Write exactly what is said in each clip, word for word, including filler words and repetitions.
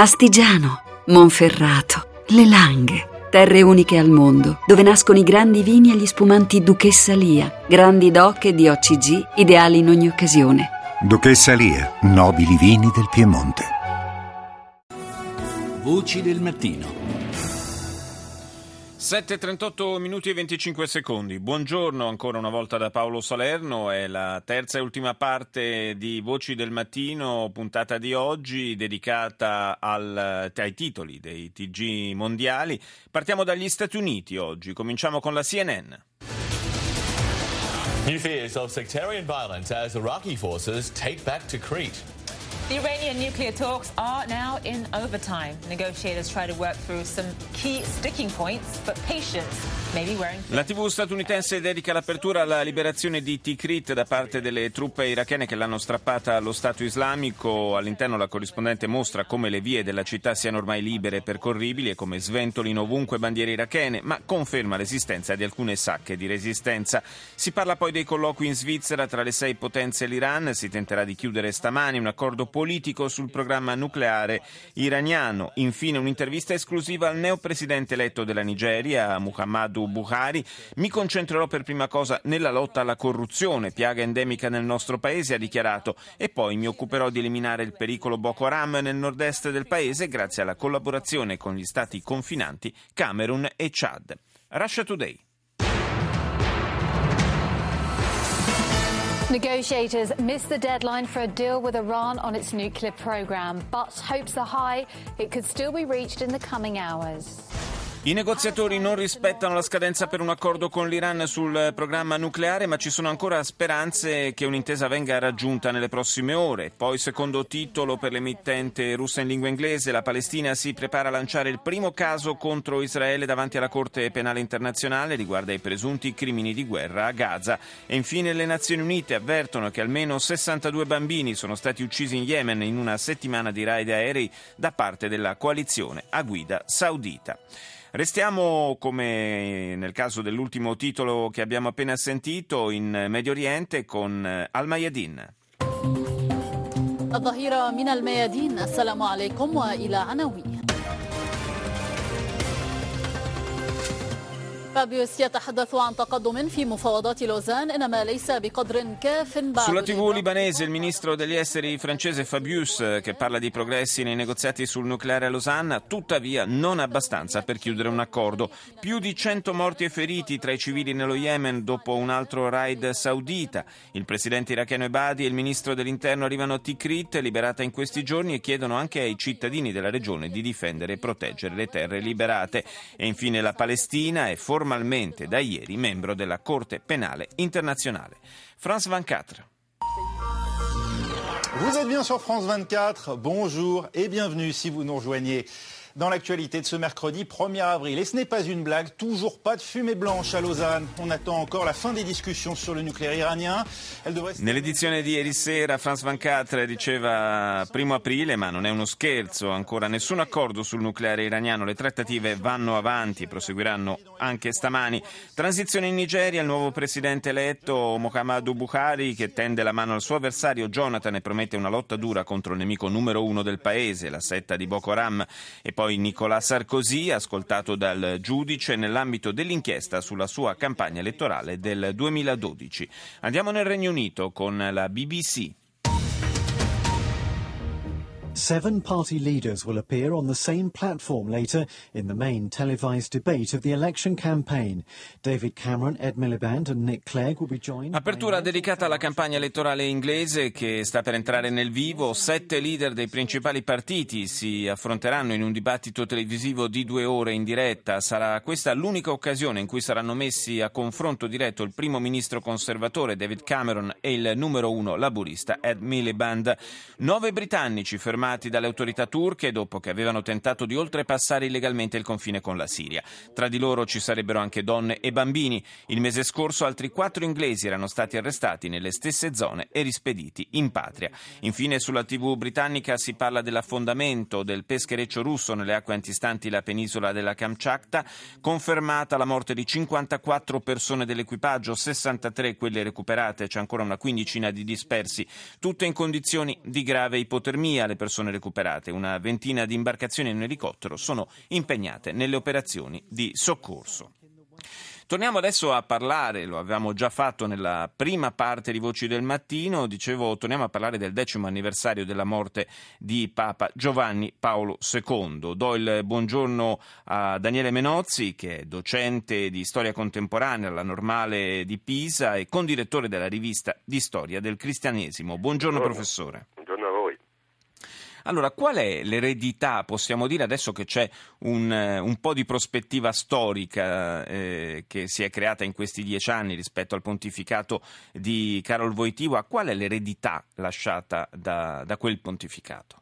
Astigiano, Monferrato, Le Langhe. Terre uniche al mondo, dove nascono i grandi vini e gli spumanti Duchessa Lia, grandi doc e D O C G, ideali in ogni occasione. Duchessa Lia, nobili vini del Piemonte. Voci del mattino. sette e trentotto minuti e venticinque secondi. Buongiorno ancora una volta da Paolo Salerno. È la terza e ultima parte di Voci del Mattino, puntata di oggi dedicata al, ai titoli dei T G mondiali. Partiamo dagli Stati Uniti oggi. Cominciamo con la C N N. New fears of sectarian violence as Iraqi forces take back Tikrit. The Iranian nuclear talks are now in overtime. Negotiators try to work through some key sticking points, but patience may be wearing thin. La tivù statunitense dedica l'apertura alla liberazione di Tikrit da parte delle truppe irachene che l'hanno strappata allo Stato islamico. All'interno la corrispondente mostra come le vie della città siano ormai libere e percorribili e come sventolino ovunque bandiere irachene, ma conferma l'esistenza di alcune sacche di resistenza. Si parla poi dei colloqui in Svizzera tra le sei potenze e l'Iran. Si tenterà di chiudere stamani un accordo politico sul programma nucleare iraniano. Infine un'intervista esclusiva al neopresidente eletto della Nigeria, Muhammadu Buhari. Mi concentrerò per prima cosa nella lotta alla corruzione, piaga endemica nel nostro paese, ha dichiarato, e poi mi occuperò di eliminare il pericolo Boko Haram nel nord-est del paese grazie alla collaborazione con gli stati confinanti Camerun e Chad. Russia Today. Negotiators missed the deadline for a deal with Iran on its nuclear program, but hopes are high it could still be reached in the coming hours. I negoziatori non rispettano la scadenza per un accordo con l'Iran sul programma nucleare, ma ci sono ancora speranze che un'intesa venga raggiunta nelle prossime ore. Poi, secondo titolo per l'emittente russa in lingua inglese, la Palestina si prepara a lanciare il primo caso contro Israele davanti alla Corte Penale Internazionale, riguarda i presunti crimini di guerra a Gaza. E infine le Nazioni Unite avvertono che almeno sessantadue bambini sono stati uccisi in Yemen in una settimana di raid aerei da parte della coalizione a guida saudita. Restiamo, come nel caso dell'ultimo titolo che abbiamo appena sentito, in Medio Oriente con Al Mayadin. الظهيرة من الميادين. السلام عليكم وإلى عناوين. فابيوس يتحدث عن تقدم في مفاوضات لوزان إنما ليس بقدر كاف بعد. Sulla tivù libanese il ministro degli esteri francese Fabius che parla di progressi nei negoziati sul nucleare a Losanna, tuttavia non abbastanza per chiudere un accordo. Più di cento morti e feriti tra i civili nello Yemen dopo un altro raid saudita. Il presidente iracheno Ebadi e il ministro dell'interno arrivano a Tikrit, liberata in questi giorni, e chiedono anche ai cittadini della regione di difendere e proteggere le terre liberate. E infine la Palestina è formalmente da ieri membro della Corte Penale Internazionale. France vingt-quatre. Vous êtes bien sur France vingt-quatre, bonjour et bienvenue si vous nous rejoignez dans l'actualité de ce mercredi premier avril. Et ce n'est pas une blague, toujours pas de fumée blanche à Lausanne. On attend encore la fin des discussions sur le nucléaire iranien. Elle devrait... Nell'edizione di ieri sera France vingt-quatre diceva primo aprile, ma non è uno scherzo, ancora nessun accordo sul nucleare iraniano. Le trattative vanno avanti e proseguiranno anche stamani. Transizione in Nigeria, il nuovo presidente eletto Muhammadu Buhari che tende la mano al suo avversario Jonathan e promette una lotta dura contro il nemico numero uno del paese, la setta di Boko Haram. E poi Poi Nicolas Sarkozy, ascoltato dal giudice nell'ambito dell'inchiesta sulla sua campagna elettorale del duemiladodici. Andiamo nel Regno Unito con la B B C. Seven party leaders will appear on the same platform later in the main televised debate of the election campaign. David Cameron, Ed Miliband and Nick Clegg will be joined. Apertura dedicata alla campagna elettorale inglese che sta per entrare nel vivo. Sette leader dei principali partiti si affronteranno in un dibattito televisivo di due ore in diretta. Sarà questa l'unica occasione in cui saranno messi a confronto diretto il primo ministro conservatore David Cameron e il numero uno laburista Ed Miliband. Nove britannici fermati dalle autorità turche dopo che avevano tentato di oltrepassare illegalmente il confine con la Siria. Tra di loro ci sarebbero anche donne e bambini. Il mese scorso altri quattro inglesi erano stati arrestati nelle stesse zone e rispediti in patria. Infine sulla tivù britannica si parla dell'affondamento del peschereccio russo nelle acque antistanti la penisola della Kamchatka, confermata la morte di cinquantaquattro persone dell'equipaggio, sessantatré quelle recuperate, c'è ancora una quindicina di dispersi, tutte in condizioni di grave ipotermia. Le persone persone recuperate. Una ventina di imbarcazioni e un elicottero sono impegnate nelle operazioni di soccorso. Torniamo adesso a parlare, lo avevamo già fatto nella prima parte di Voci del Mattino, dicevo torniamo a parlare del decimo anniversario della morte di Papa Giovanni Paolo secondo. Do il buongiorno a Daniele Menozzi, che è docente di storia contemporanea alla Normale di Pisa e condirettore della rivista di storia del cristianesimo. Buongiorno, buongiorno. Professore. Buongiorno a voi. Allora, qual è l'eredità, possiamo dire, adesso che c'è un, un po' di prospettiva storica eh, che si è creata in questi dieci anni rispetto al pontificato di Karol Wojtyła, qual è l'eredità lasciata da, da quel pontificato?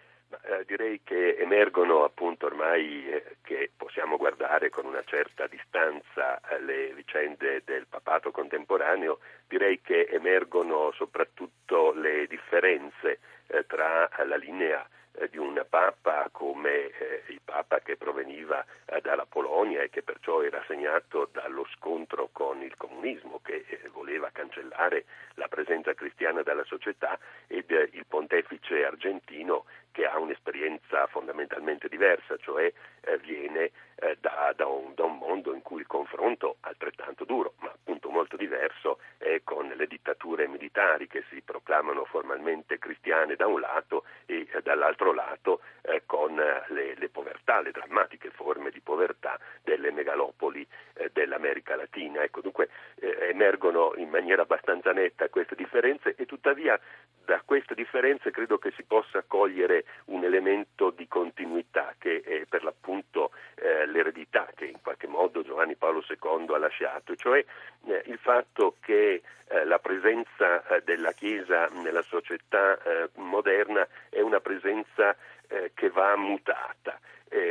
Eh, direi che emergono appunto ormai eh, che possiamo guardare con una certa distanza eh, le vicende del papato contemporaneo, direi che emergono soprattutto le differenze eh, tra la linea eh, di un papa come eh, il papa che proveniva eh, dalla Polonia e che perciò era segnato dallo scontro con il comunismo, che eh, voleva cancellare la presenza cristiana dalla società, ed eh, il pontefice argentino che ha un'esperienza fondamentalmente diversa, cioè eh, viene eh, da, da, un, da un mondo in cui il confronto altrettanto duro, ma appunto molto diverso, è con le dittature militari che si proclamano formalmente cristiane da un lato e eh, dall'altro lato eh, con eh, le, le povertà, le drammatiche forme di povertà delle megalopoli eh, dell'America Latina. Ecco, dunque eh, emergono in maniera abbastanza netta queste differenze, e tuttavia da queste differenze credo che si possa cogliere un elemento di continuità che è per l'appunto eh, l'eredità che in qualche modo Giovanni Paolo secondo ha lasciato, cioè eh, il fatto che eh, la presenza eh, della Chiesa nella società eh, moderna è una presenza eh, che va mutata.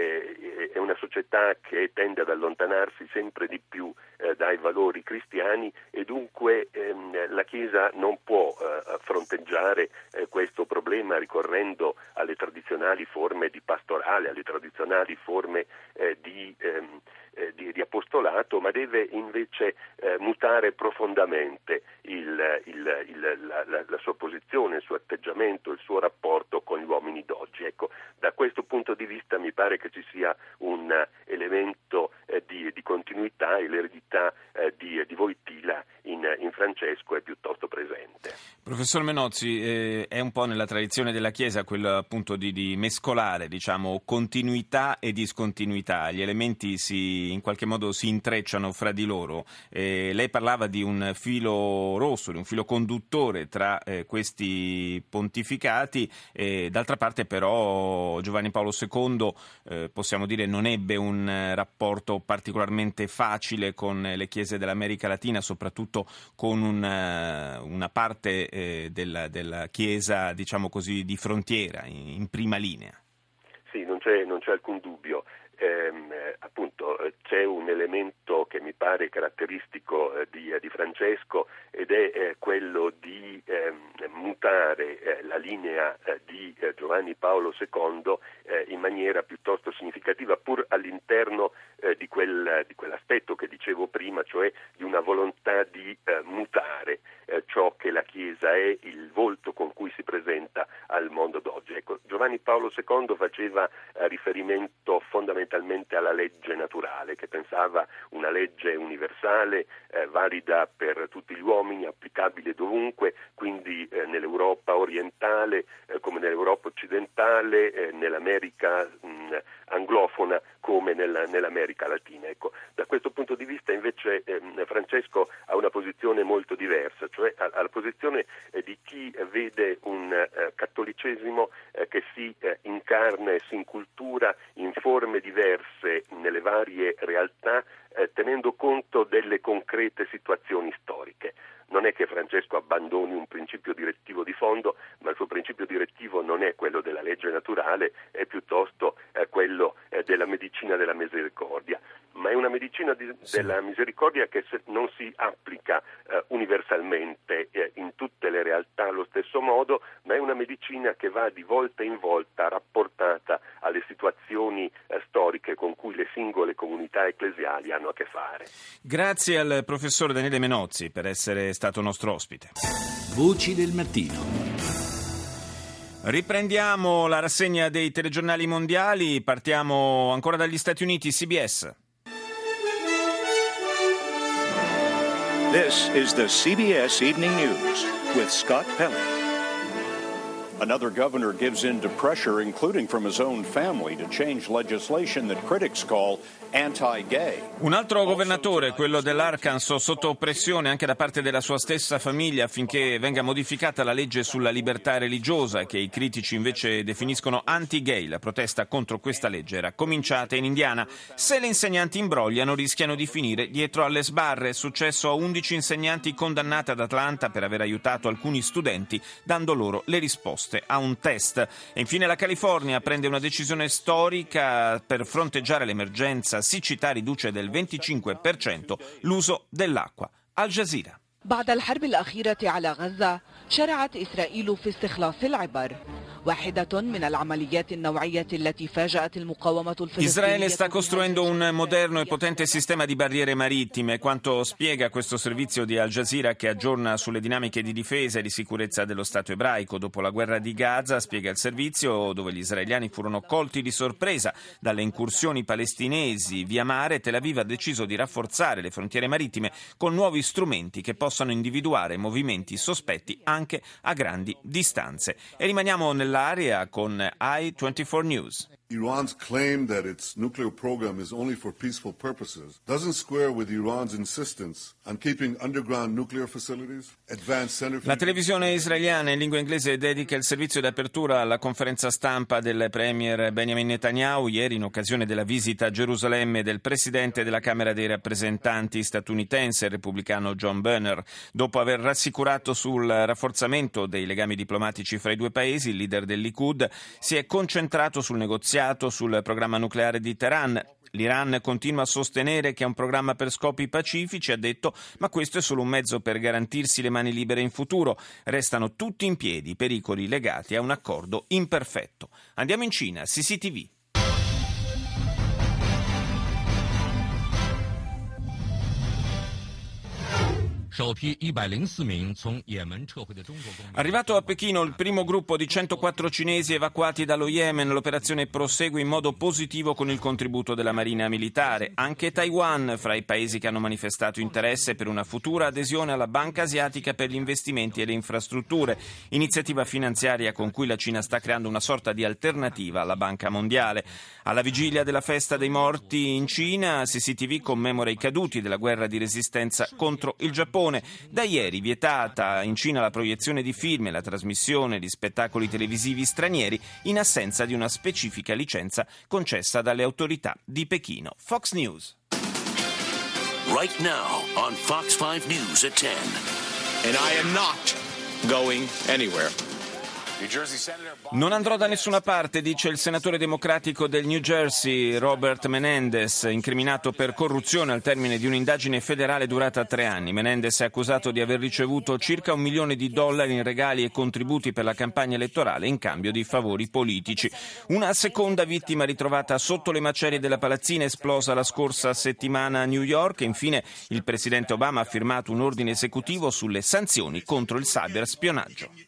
Eh, è una società che tende ad allontanarsi sempre di più eh, dai valori cristiani, e dunque ehm, la Chiesa non può eh, fronteggiare eh, questo problema ricorrendo alle tradizionali forme di pastorale, alle tradizionali forme eh, di, ehm, eh, di, di apostolato, ma deve invece eh, mutare profondamente il, il, il, la, la, la sua posizione, il suo atteggiamento, il suo rapporto con gli uomini d'oggi. Ecco, da questo punto di vista mi pare che ci sia un uh, elemento eh, di, di continuità, e l'eredità eh, di, di Wojtyła in, in Francesco è piuttosto presente. Professor Menozzi, eh, è un po' nella tradizione della Chiesa quello appunto di, di mescolare, diciamo, continuità e discontinuità. Gli elementi si, in qualche modo si intrecciano fra di loro. Eh, lei parlava di un filo rosso, di un filo conduttore tra eh, questi pontificati, e d'altra parte però Giovanni Paolo secondo eh, possiamo dire non ebbe un eh, rapporto particolarmente facile con le chiese dell'America Latina, soprattutto con un, uh, una parte eh, della, della Chiesa, diciamo così, di frontiera, in, in prima linea. Sì, non c'è, non c'è alcun dubbio. Eh, appunto c'è un elemento che mi pare caratteristico eh, di, eh, di Francesco, ed è eh, quello di eh, mutare eh, la linea eh, di eh, Giovanni Paolo secondo eh, in maniera piuttosto significativa, pur all'interno eh, di, quel, di quell'aspetto che dicevo prima, cioè di una volontà di eh, mutare eh, ciò che la Chiesa è, il volto con cui si presenta al mondo d'oggi. Ecco, Giovanni Paolo secondo faceva eh, riferimento fondamentalmente alla legge naturale, che pensava una legge universale, eh, valida per tutti gli uomini, applicabile dovunque, quindi eh, nell'Europa orientale eh, come nell'Europa occidentale, eh, nell'America mh, anglofona come nella, nell'America Latina. Ecco, da questo punto di vista invece eh, Francesco ha una posizione molto diversa, cioè ha, ha la posizione eh, di chi eh, vede un eh, cattolicesimo eh, che si eh, incarna e si incultura in forme diverse nelle varie realtà, eh, tenendo conto delle concrete situazioni storiche. Non è che Francesco abbandoni un principio direttivo di fondo, ma il suo principio direttivo non è quello della legge naturale, è piuttosto eh, quello eh, della medicina della misericordia. Ma è una medicina di, sì. della misericordia che se, non si applica eh, universalmente eh, in tutte le realtà allo stesso modo, ma è una medicina che va di volta in volta rapportata alle situazioni eh, storiche con cui le singole comunità ecclesiali hanno a che fare. Grazie al professor Daniele Menozzi per essere stato nostro ospite. Voci del mattino. Riprendiamo la rassegna dei telegiornali mondiali, partiamo ancora dagli Stati Uniti, C B S. This is the C B S Evening News with Scott Pelley. Another governor gives in to pressure, including from his own family, to change legislation that critics call anti-gay. Un altro governatore, quello dell'Arkansas, sotto pressione anche da parte della sua stessa famiglia affinché venga modificata la legge sulla libertà religiosa, che i critici invece definiscono anti-gay. La protesta contro questa legge era cominciata in Indiana. Se le insegnanti imbrogliano rischiano di finire dietro alle sbarre. È successo a undici insegnanti condannati ad Atlanta per aver aiutato alcuni studenti dando loro le risposte a un test. E infine la California prende una decisione storica per fronteggiare l'emergenza siccità, riduce del venticinque per cento l'uso dell'acqua. Al Jazeera. بعد الحرب الأخيرة على غزة شرعت إسرائيل في استخلاص العبر واحدة من العمليات النوعية التي فاجأت المقاومة الفلسطينية. Israele sta costruendo un moderno e potente sistema di barriere marittime, quanto spiega questo servizio di Al Jazeera che aggiorna sulle dinamiche di difesa e di sicurezza dello Stato ebraico. Dopo la guerra di Gaza, spiega il servizio, dove gli israeliani furono colti di sorpresa dalle incursioni palestinesi via mare, Tel Aviv ha deciso di rafforzare le frontiere marittime con nuovi strumenti che possono individuare movimenti sospetti anche a grandi distanze. E rimaniamo nell'area con I ventiquattro News. Iran's claim that its nuclear program is only for peaceful purposes doesn't square with Iran's insistence on keeping underground nuclear facilities, advanced centrifuges. La televisione israeliana in lingua inglese dedica il servizio d'apertura alla conferenza stampa del premier Benjamin Netanyahu ieri in occasione della visita a Gerusalemme del presidente della Camera dei rappresentanti statunitense, il repubblicano John Boehner. Dopo aver rassicurato sul rafforzamento dei legami diplomatici fra i due paesi, il leader del Likud si è concentrato sul negoziato sul programma nucleare di Teheran. L'Iran continua a sostenere che è un programma per scopi pacifici, ha detto, ma questo è solo un mezzo per garantirsi le mani libere in futuro. Restano tutti in piedi i pericoli legati a un accordo imperfetto. Andiamo in Cina, C C T V. Arrivato a Pechino il primo gruppo di centoquattro cinesi evacuati dallo Yemen, l'operazione prosegue in modo positivo con il contributo della Marina Militare. Anche Taiwan fra i paesi che hanno manifestato interesse per una futura adesione alla Banca Asiatica per gli investimenti e le infrastrutture, iniziativa finanziaria con cui la Cina sta creando una sorta di alternativa alla Banca Mondiale. Alla vigilia della festa dei morti in Cina, C C T V commemora i caduti della guerra di resistenza contro il Giappone. Da ieri vietata in Cina la proiezione di film e la trasmissione di spettacoli televisivi stranieri in assenza di una specifica licenza concessa dalle autorità di Pechino. Fox News. Right now on Fox five News at ten. And I am not going anywhere. Non andrò da nessuna parte, dice il senatore democratico del New Jersey, Robert Menendez, incriminato per corruzione al termine di un'indagine federale durata tre anni. Menendez è accusato di aver ricevuto circa un milione di dollari in regali e contributi per la campagna elettorale in cambio di favori politici. Una seconda vittima ritrovata sotto le macerie della palazzina esplosa la scorsa settimana a New York. E infine il presidente Obama ha firmato un ordine esecutivo sulle sanzioni contro il cyberspionaggio.